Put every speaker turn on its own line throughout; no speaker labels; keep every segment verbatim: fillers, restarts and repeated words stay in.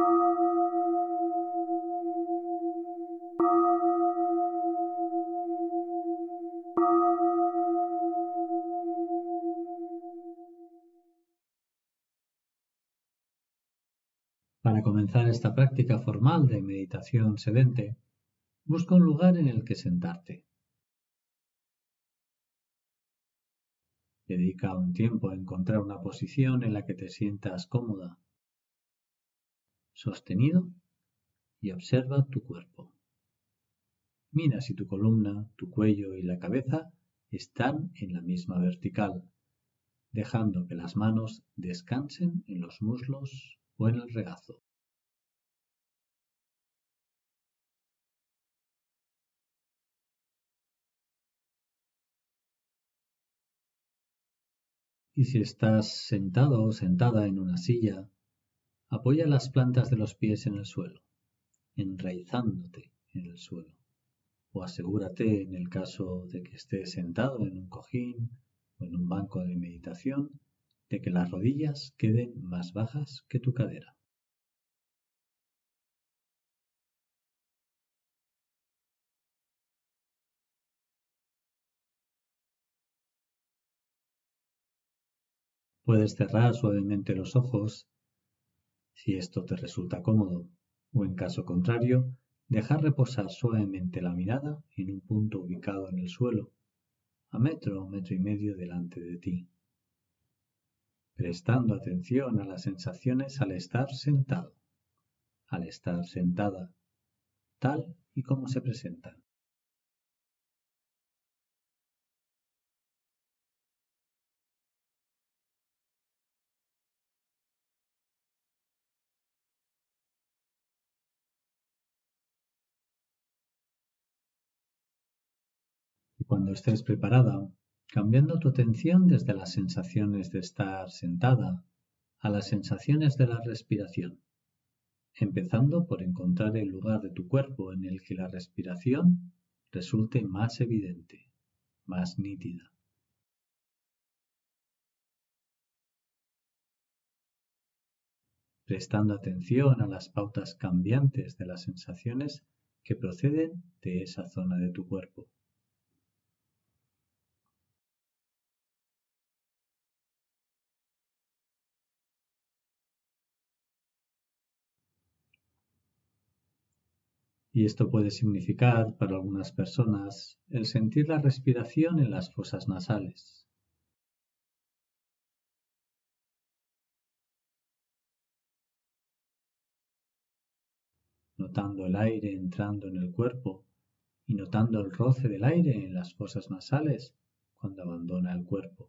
Para comenzar esta práctica formal de meditación sedente, busca un lugar en el que sentarte. Dedica un tiempo a encontrar una posición en la que te sientas cómoda, sostenido y observa tu cuerpo. Mira si tu columna, tu cuello y la cabeza están en la misma vertical, dejando que las manos descansen en los muslos o en el regazo. Y si estás sentado o sentada en una silla, apoya las plantas de los pies en el suelo, enraizándote en el suelo. O asegúrate, en el caso de que estés sentado en un cojín o en un banco de meditación, de que las rodillas queden más bajas que tu cadera. Puedes cerrar suavemente los ojos si esto te resulta cómodo, o en caso contrario, dejar reposar suavemente la mirada en un punto ubicado en el suelo, a metro o metro y medio delante de ti, prestando atención a las sensaciones al estar sentado, al estar sentada, tal y como se presentan. Y cuando estés preparada, cambiando tu atención desde las sensaciones de estar sentada a las sensaciones de la respiración, empezando por encontrar el lugar de tu cuerpo en el que la respiración resulte más evidente, más nítida. Prestando atención a las pautas cambiantes de las sensaciones que proceden de esa zona de tu cuerpo. Y esto puede significar para algunas personas el sentir la respiración en las fosas nasales, notando el aire entrando en el cuerpo y notando el roce del aire en las fosas nasales cuando abandona el cuerpo.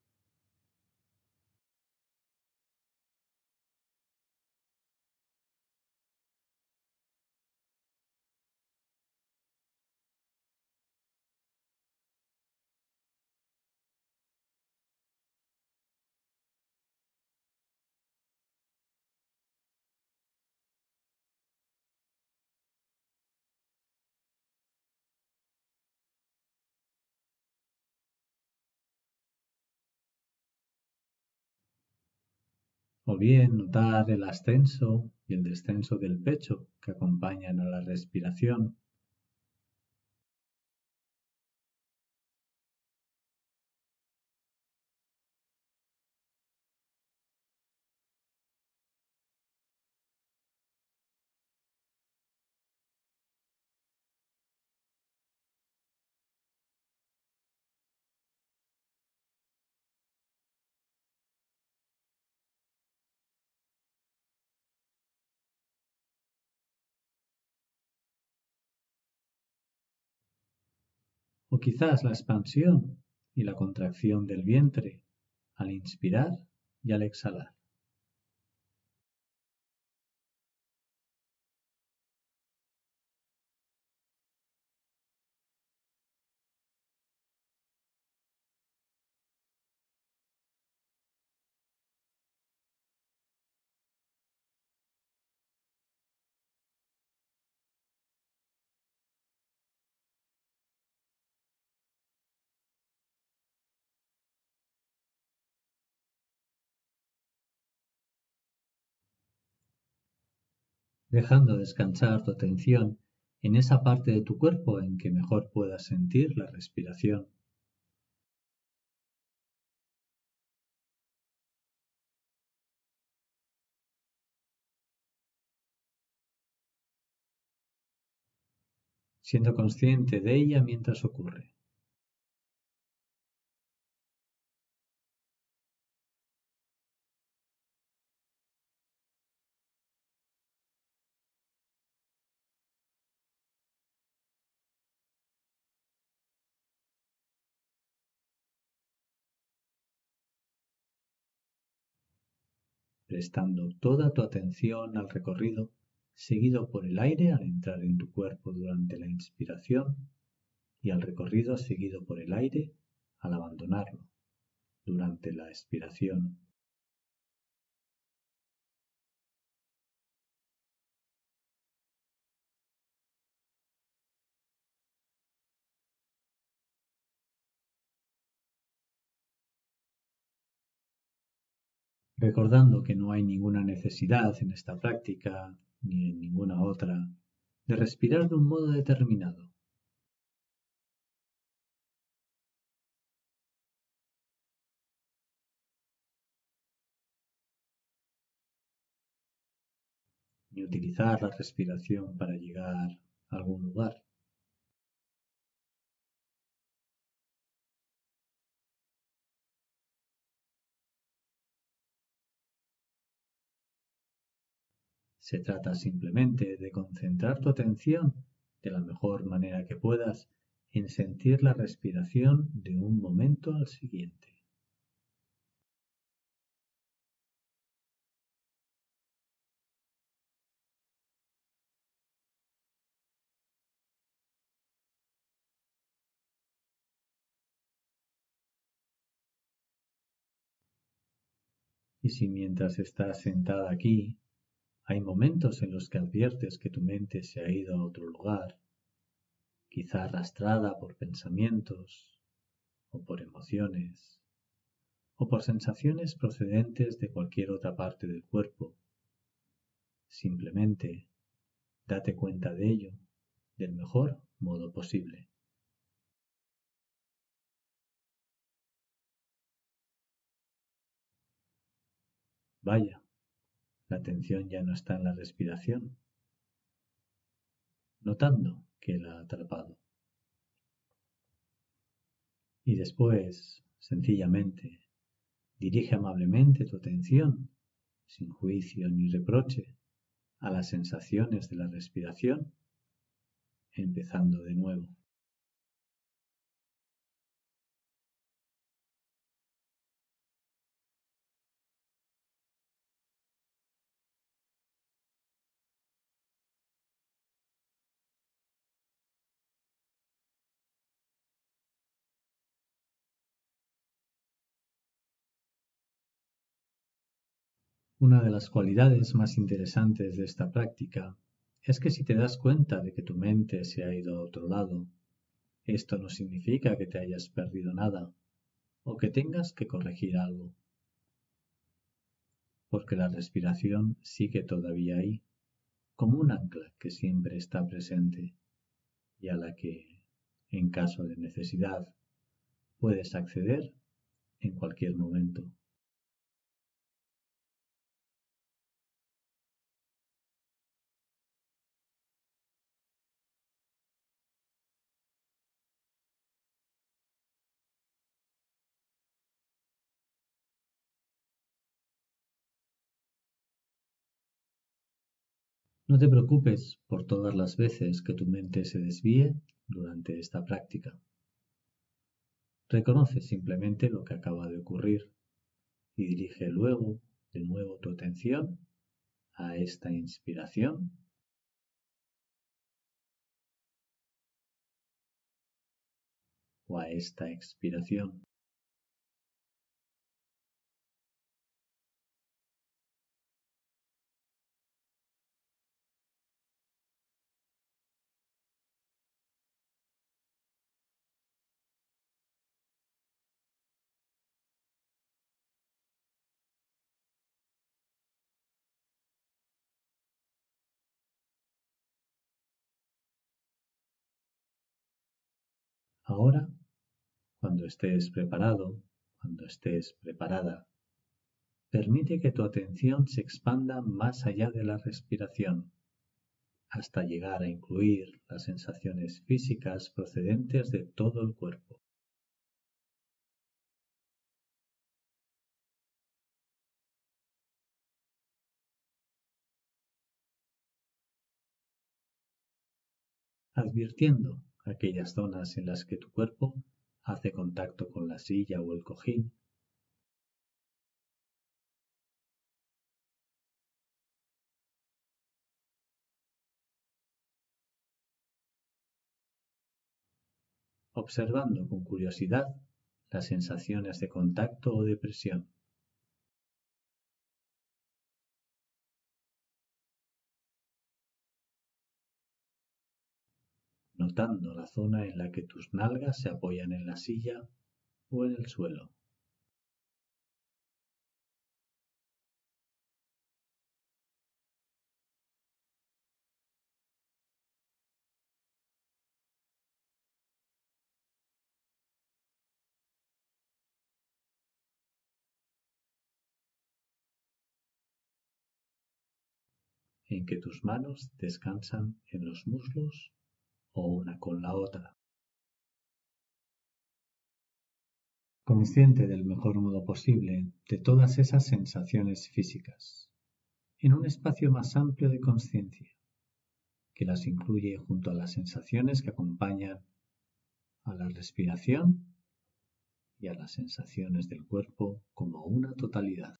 O bien notar el ascenso y el descenso del pecho que acompañan a la respiración. O quizás la expansión y la contracción del vientre al inspirar y al exhalar. dejando descansar tu atención en esa parte de tu cuerpo en que mejor puedas sentir la respiración. Siendo consciente de ella mientras ocurre. Prestando toda tu atención al recorrido seguido por el aire al entrar en tu cuerpo durante la inspiración y al recorrido seguido por el aire al abandonarlo durante la expiración. Recordando que no hay ninguna necesidad en esta práctica, ni en ninguna otra, de respirar de un modo determinado. Ni utilizar la respiración para llegar a algún lugar. Se trata simplemente de concentrar tu atención de la mejor manera que puedas en sentir la respiración de un momento al siguiente. Y si mientras estás sentada aquí, hay momentos en los que adviertes que tu mente se ha ido a otro lugar, quizá arrastrada por pensamientos o por emociones o por sensaciones procedentes de cualquier otra parte del cuerpo, simplemente date cuenta de ello del mejor modo posible. Vaya, la atención ya no está en la respiración, notando que la ha atrapado. Y después, sencillamente, dirige amablemente tu atención, sin juicio ni reproche, a las sensaciones de la respiración, empezando de nuevo. Una de las cualidades más interesantes de esta práctica es que si te das cuenta de que tu mente se ha ido a otro lado, esto no significa que te hayas perdido nada o que tengas que corregir algo, porque la respiración sigue todavía ahí, como un ancla que siempre está presente y a la que, en caso de necesidad, puedes acceder en cualquier momento. No te preocupes por todas las veces que tu mente se desvíe durante esta práctica. Reconoce simplemente lo que acaba de ocurrir y dirige luego de nuevo tu atención a esta inspiración o a esta expiración. Ahora, cuando estés preparado, cuando estés preparada, permite que tu atención se expanda más allá de la respiración, hasta llegar a incluir las sensaciones físicas procedentes de todo el cuerpo. Advirtiendo aquellas zonas en las que tu cuerpo hace contacto con la silla o el cojín, observando con curiosidad las sensaciones de contacto o de presión. Notando la zona en la que tus nalgas se apoyan en la silla o en el suelo. En que tus manos descansan en los muslos o una con la otra. Consciente del mejor modo posible de todas esas sensaciones físicas, en un espacio más amplio de conciencia, que las incluye junto a las sensaciones que acompañan a la respiración y a las sensaciones del cuerpo como una totalidad.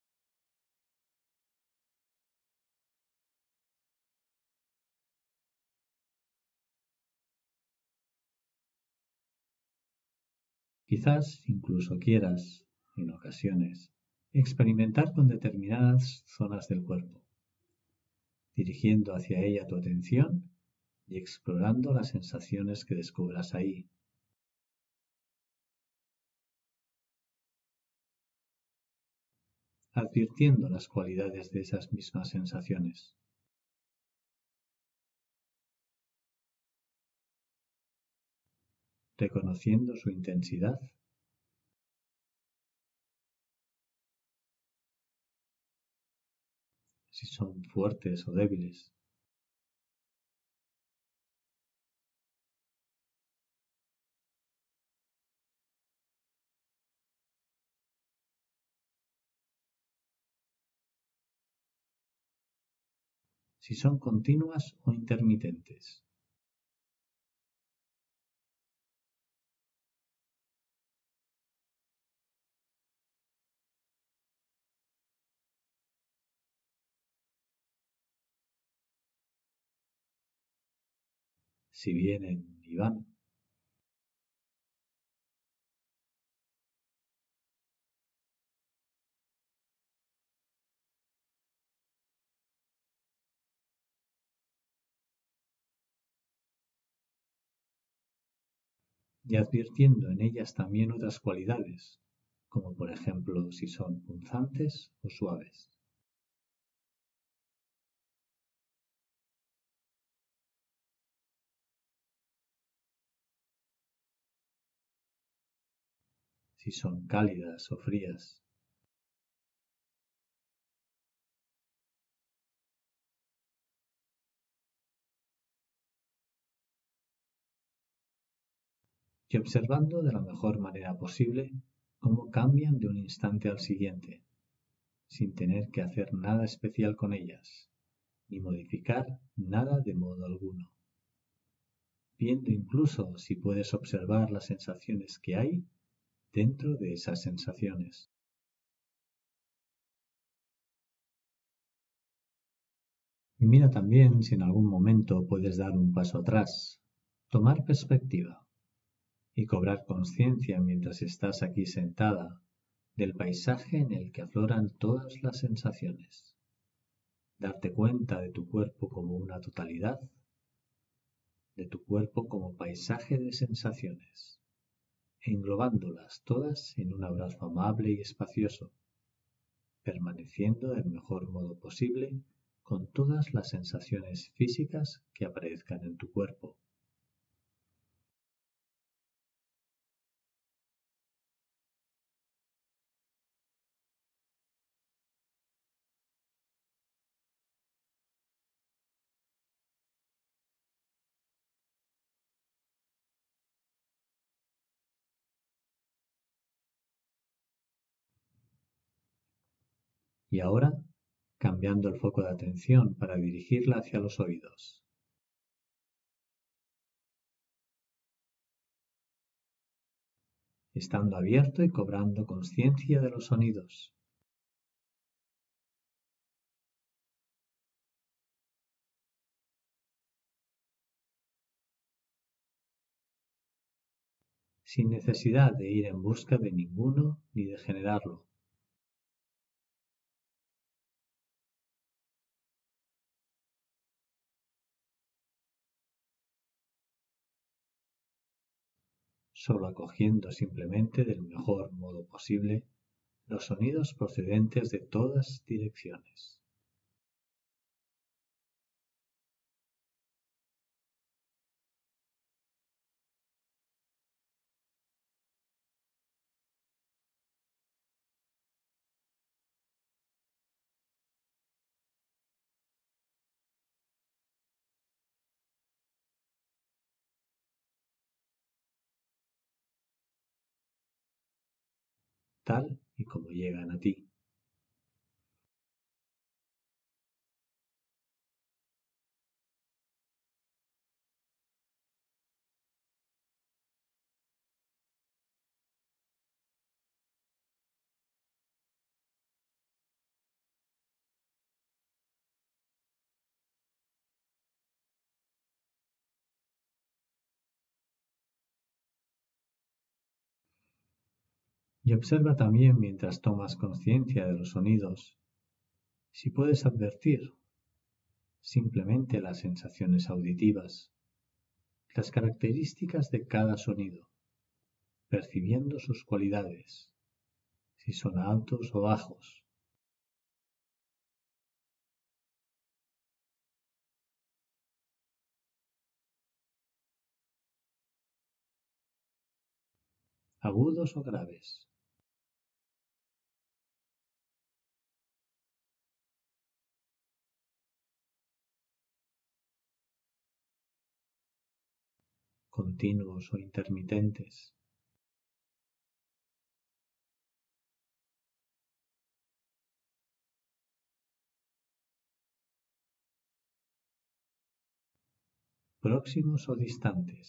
Quizás incluso quieras, en ocasiones, experimentar con determinadas zonas del cuerpo, dirigiendo hacia ella tu atención y explorando las sensaciones que descubras ahí. Advirtiendo las cualidades de esas mismas sensaciones. Reconociendo su intensidad, si son fuertes o débiles, si son continuas o intermitentes, si vienen y van, y advirtiendo en ellas también otras cualidades, como por ejemplo si son punzantes o suaves. Si son cálidas o frías, y observando de la mejor manera posible cómo cambian de un instante al siguiente, sin tener que hacer nada especial con ellas, ni modificar nada de modo alguno, viendo incluso si puedes observar las sensaciones que hay dentro de esas sensaciones. Y mira también si en algún momento puedes dar un paso atrás, tomar perspectiva y cobrar conciencia mientras estás aquí sentada del paisaje en el que afloran todas las sensaciones. Darte cuenta de tu cuerpo como una totalidad, de tu cuerpo como paisaje de sensaciones, englobándolas todas en un abrazo amable y espacioso, permaneciendo del mejor modo posible con todas las sensaciones físicas que aparezcan en tu cuerpo. Y ahora, cambiando el foco de atención para dirigirla hacia los oídos. Estando abierto y cobrando conciencia de los sonidos. Sin necesidad de ir en busca de ninguno ni de generarlo. Solo acogiendo simplemente del mejor modo posible los sonidos procedentes de todas direcciones. Tal y como llegan a ti. Y observa también mientras tomas conciencia de los sonidos, si puedes advertir simplemente las sensaciones auditivas, las características de cada sonido, percibiendo sus cualidades, si son altos o bajos, agudos o graves. Continuos o intermitentes. Próximos o distantes.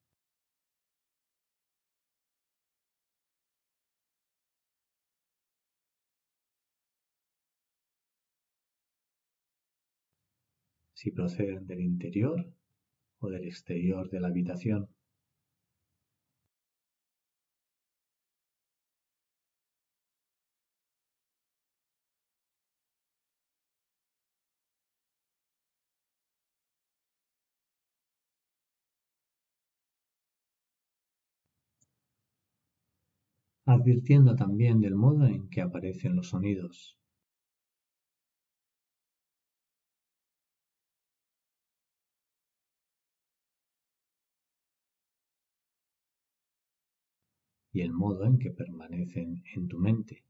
Si proceden del interior o del exterior de la habitación. Advirtiendo también del modo en que aparecen los sonidos. Y el modo en que permanecen en tu mente.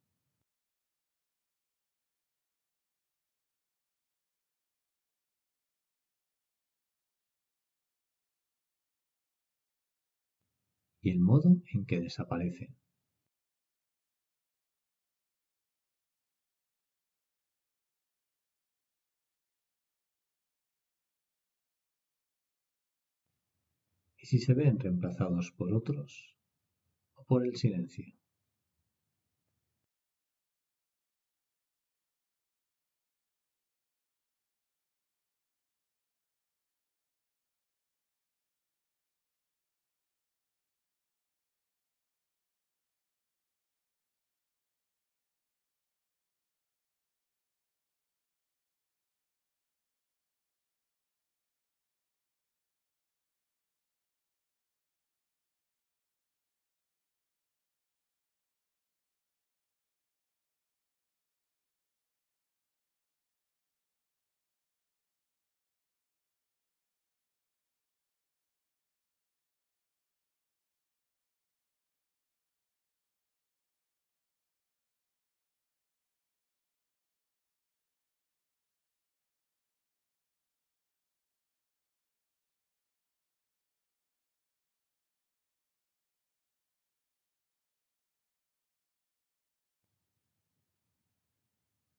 Y el modo en que desaparecen. Y si se ven reemplazados por otros o por el silencio.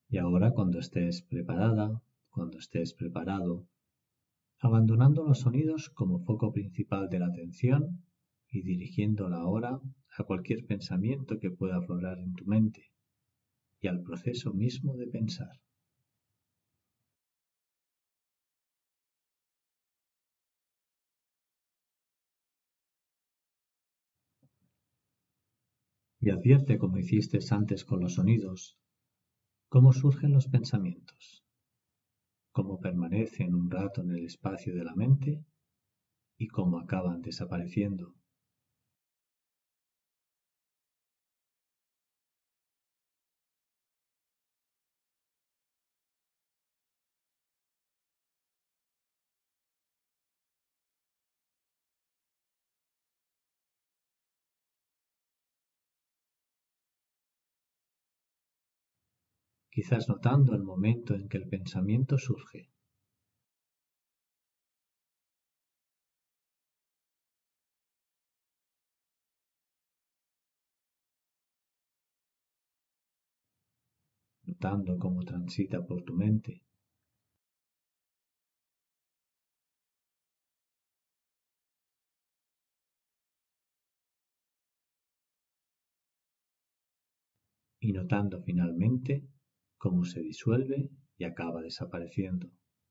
Y ahora cuando estés preparada, cuando estés preparado, abandonando los sonidos como foco principal de la atención y dirigiéndola ahora a cualquier pensamiento que pueda aflorar en tu mente y al proceso mismo de pensar. Y advierte como hiciste antes con los sonidos, cómo surgen los pensamientos, cómo permanecen un rato en el espacio de la mente y cómo acaban desapareciendo. Quizás notando el momento en que el pensamiento surge, notando cómo transita por tu mente y notando finalmente cómo se disuelve y acaba desapareciendo.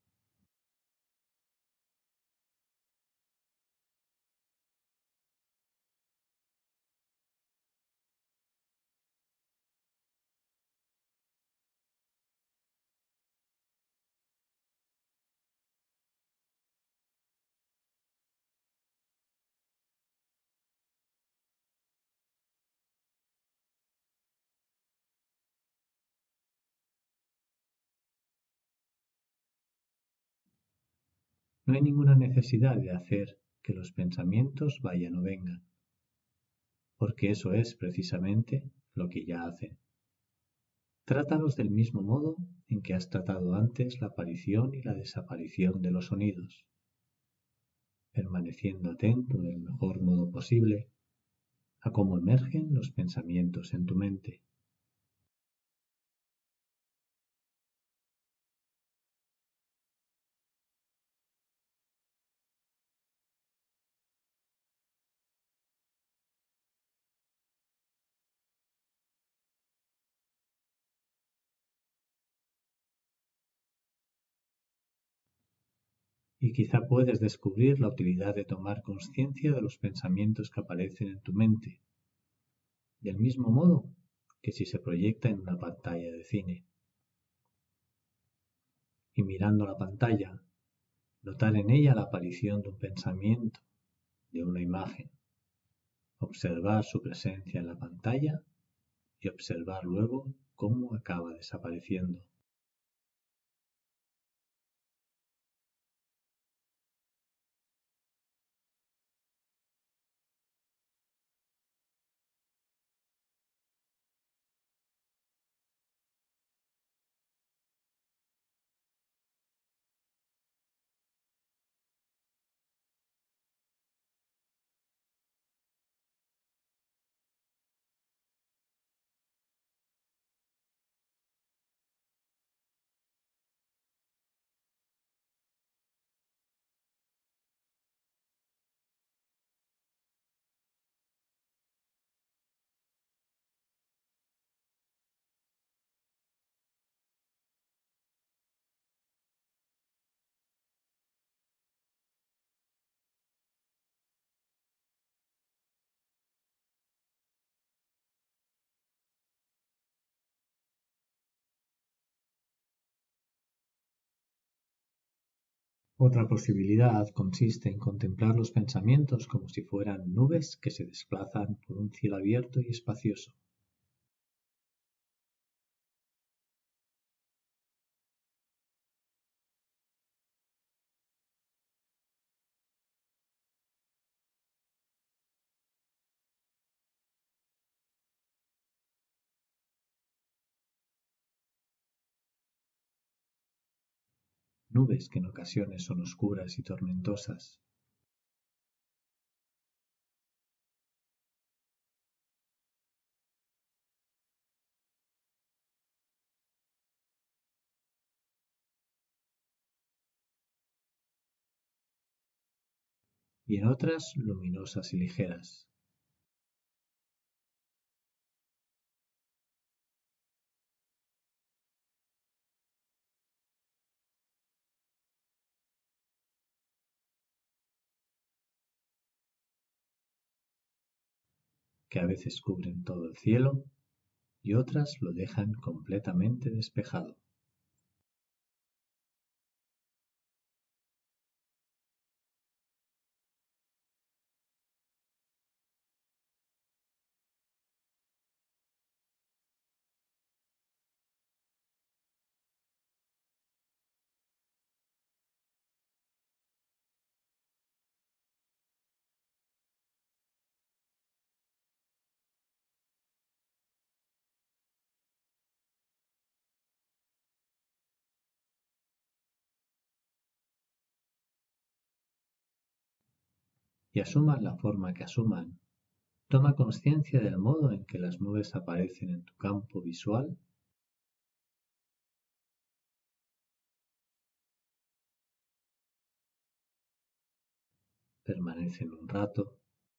No hay ninguna necesidad de hacer que los pensamientos vayan o vengan, porque eso es precisamente lo que ya hacen. Trátalos del mismo modo en que has tratado antes la aparición y la desaparición de los sonidos, permaneciendo atento del mejor modo posible a cómo emergen los pensamientos en tu mente. Y quizá puedes descubrir la utilidad de tomar conciencia de los pensamientos que aparecen en tu mente, del mismo modo que si se proyecta en una pantalla de cine. Y mirando la pantalla, notar en ella la aparición de un pensamiento, de una imagen, observar su presencia en la pantalla y observar luego cómo acaba desapareciendo. Otra posibilidad consiste en contemplar los pensamientos como si fueran nubes que se desplazan por un cielo abierto y espacioso. Nubes que en ocasiones son oscuras y tormentosas, y en otras luminosas y ligeras. Que a veces cubren todo el cielo y otras lo dejan completamente despejado. Y asuman la forma que asuman, toma conciencia del modo en que las nubes aparecen en tu campo visual. Permanecen un rato.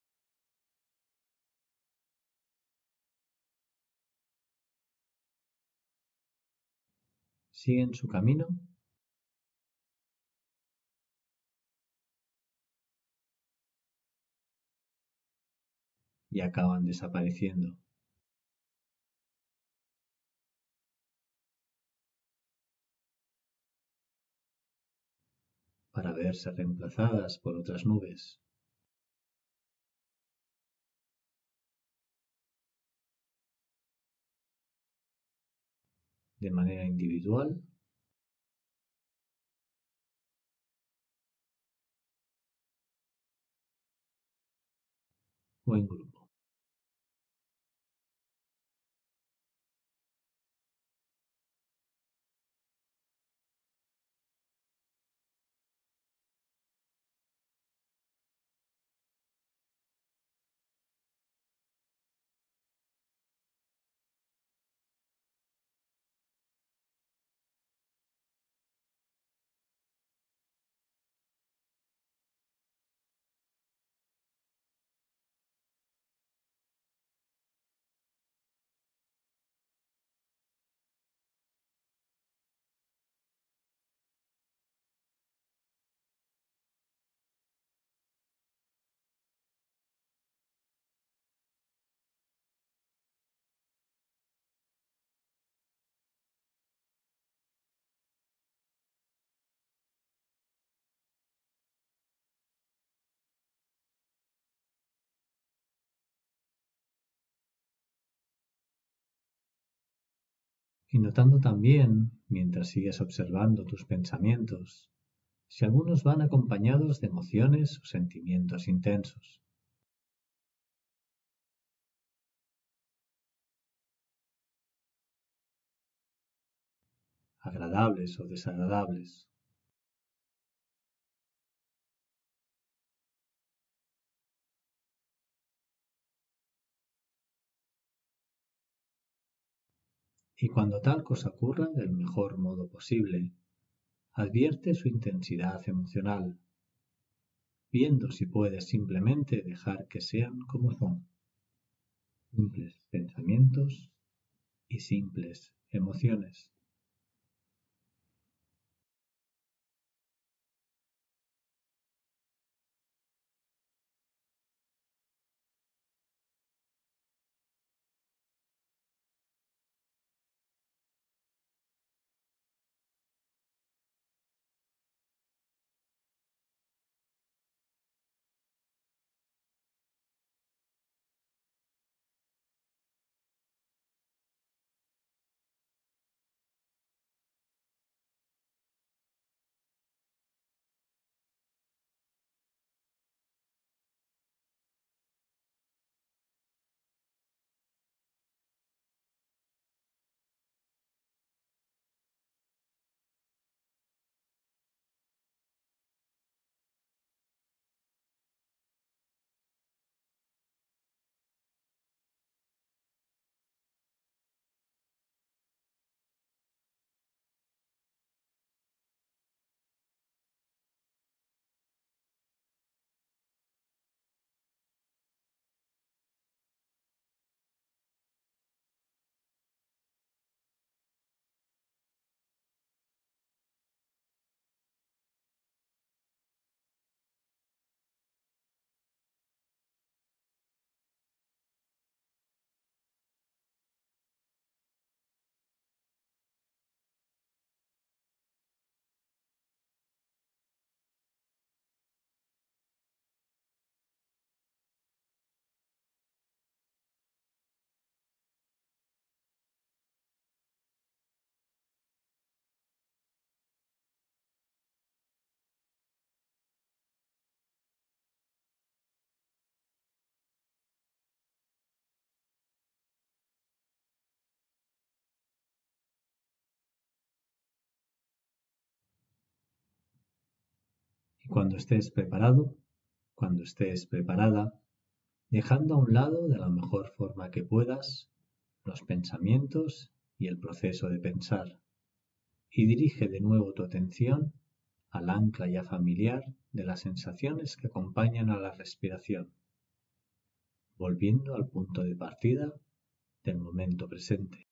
Siguen su camino y acaban desapareciendo, para verse reemplazadas por otras nubes. De manera individual o en grupo. Y notando también, mientras sigues observando tus pensamientos, si algunos van acompañados de emociones o sentimientos intensos. Agradables o desagradables. Y cuando tal cosa ocurra del mejor modo posible, advierte su intensidad emocional, viendo si puedes simplemente dejar que sean como son, simples pensamientos y simples emociones. Cuando estés preparado, cuando estés preparada, dejando a un lado de la mejor forma que puedas los pensamientos y el proceso de pensar, y dirige de nuevo tu atención al ancla ya familiar de las sensaciones que acompañan a la respiración, volviendo al punto de partida del momento presente.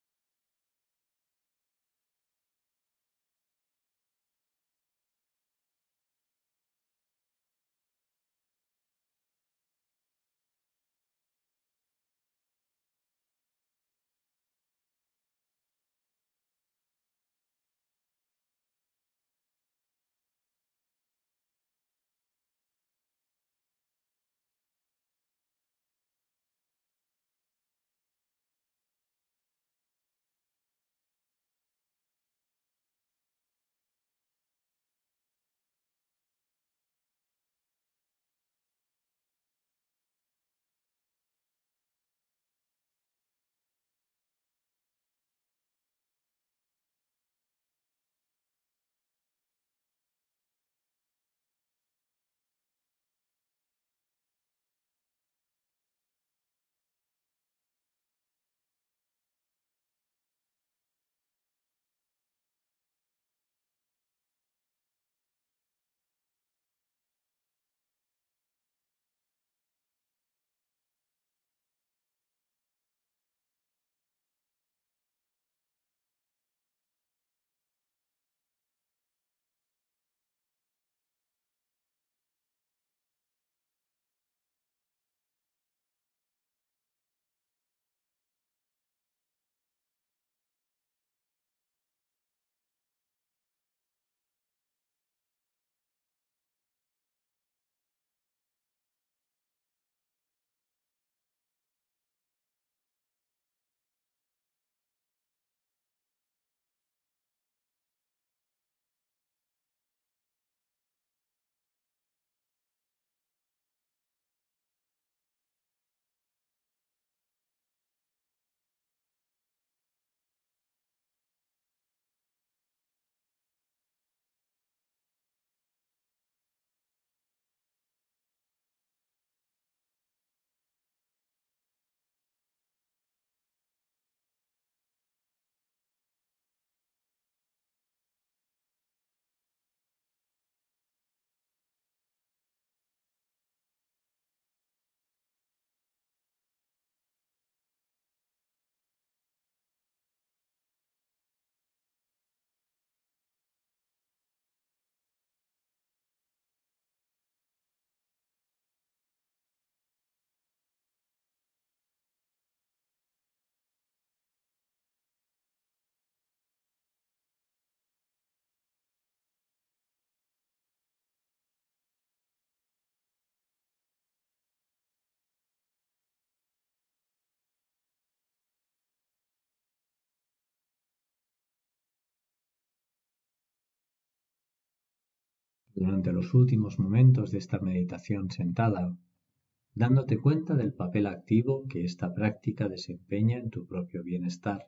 Durante los últimos momentos de esta meditación sentada, dándote cuenta del papel activo que esta práctica desempeña en tu propio bienestar.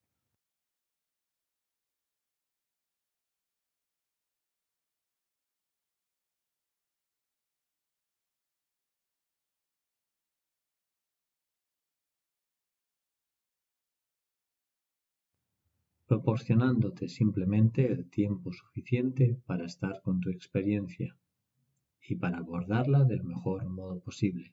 Proporcionándote simplemente el tiempo suficiente para estar con tu experiencia y para abordarla del mejor modo posible.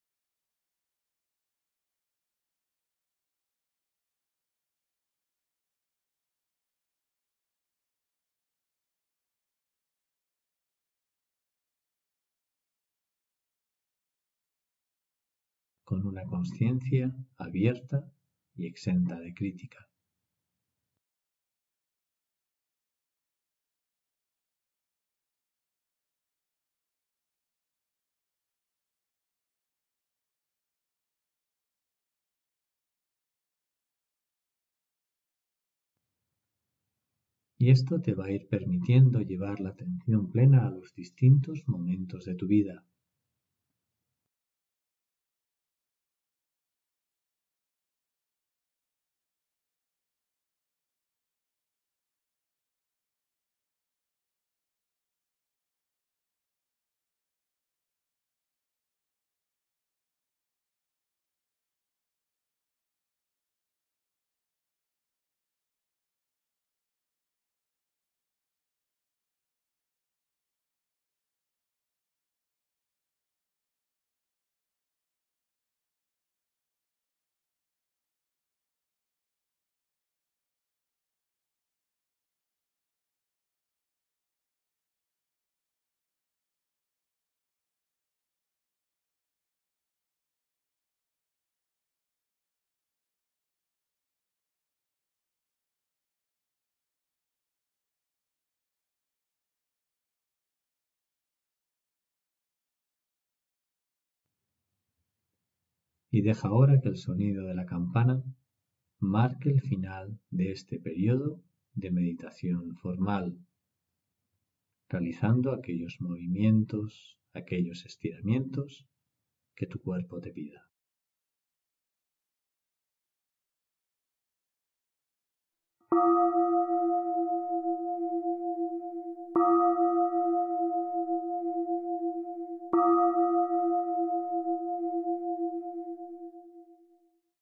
Con una conciencia abierta y exenta de crítica. Y esto te va a ir permitiendo llevar la atención plena a los distintos momentos de tu vida. y deja ahora que el sonido de la campana marque el final de este periodo de meditación formal, realizando aquellos movimientos, aquellos estiramientos que tu cuerpo te pida.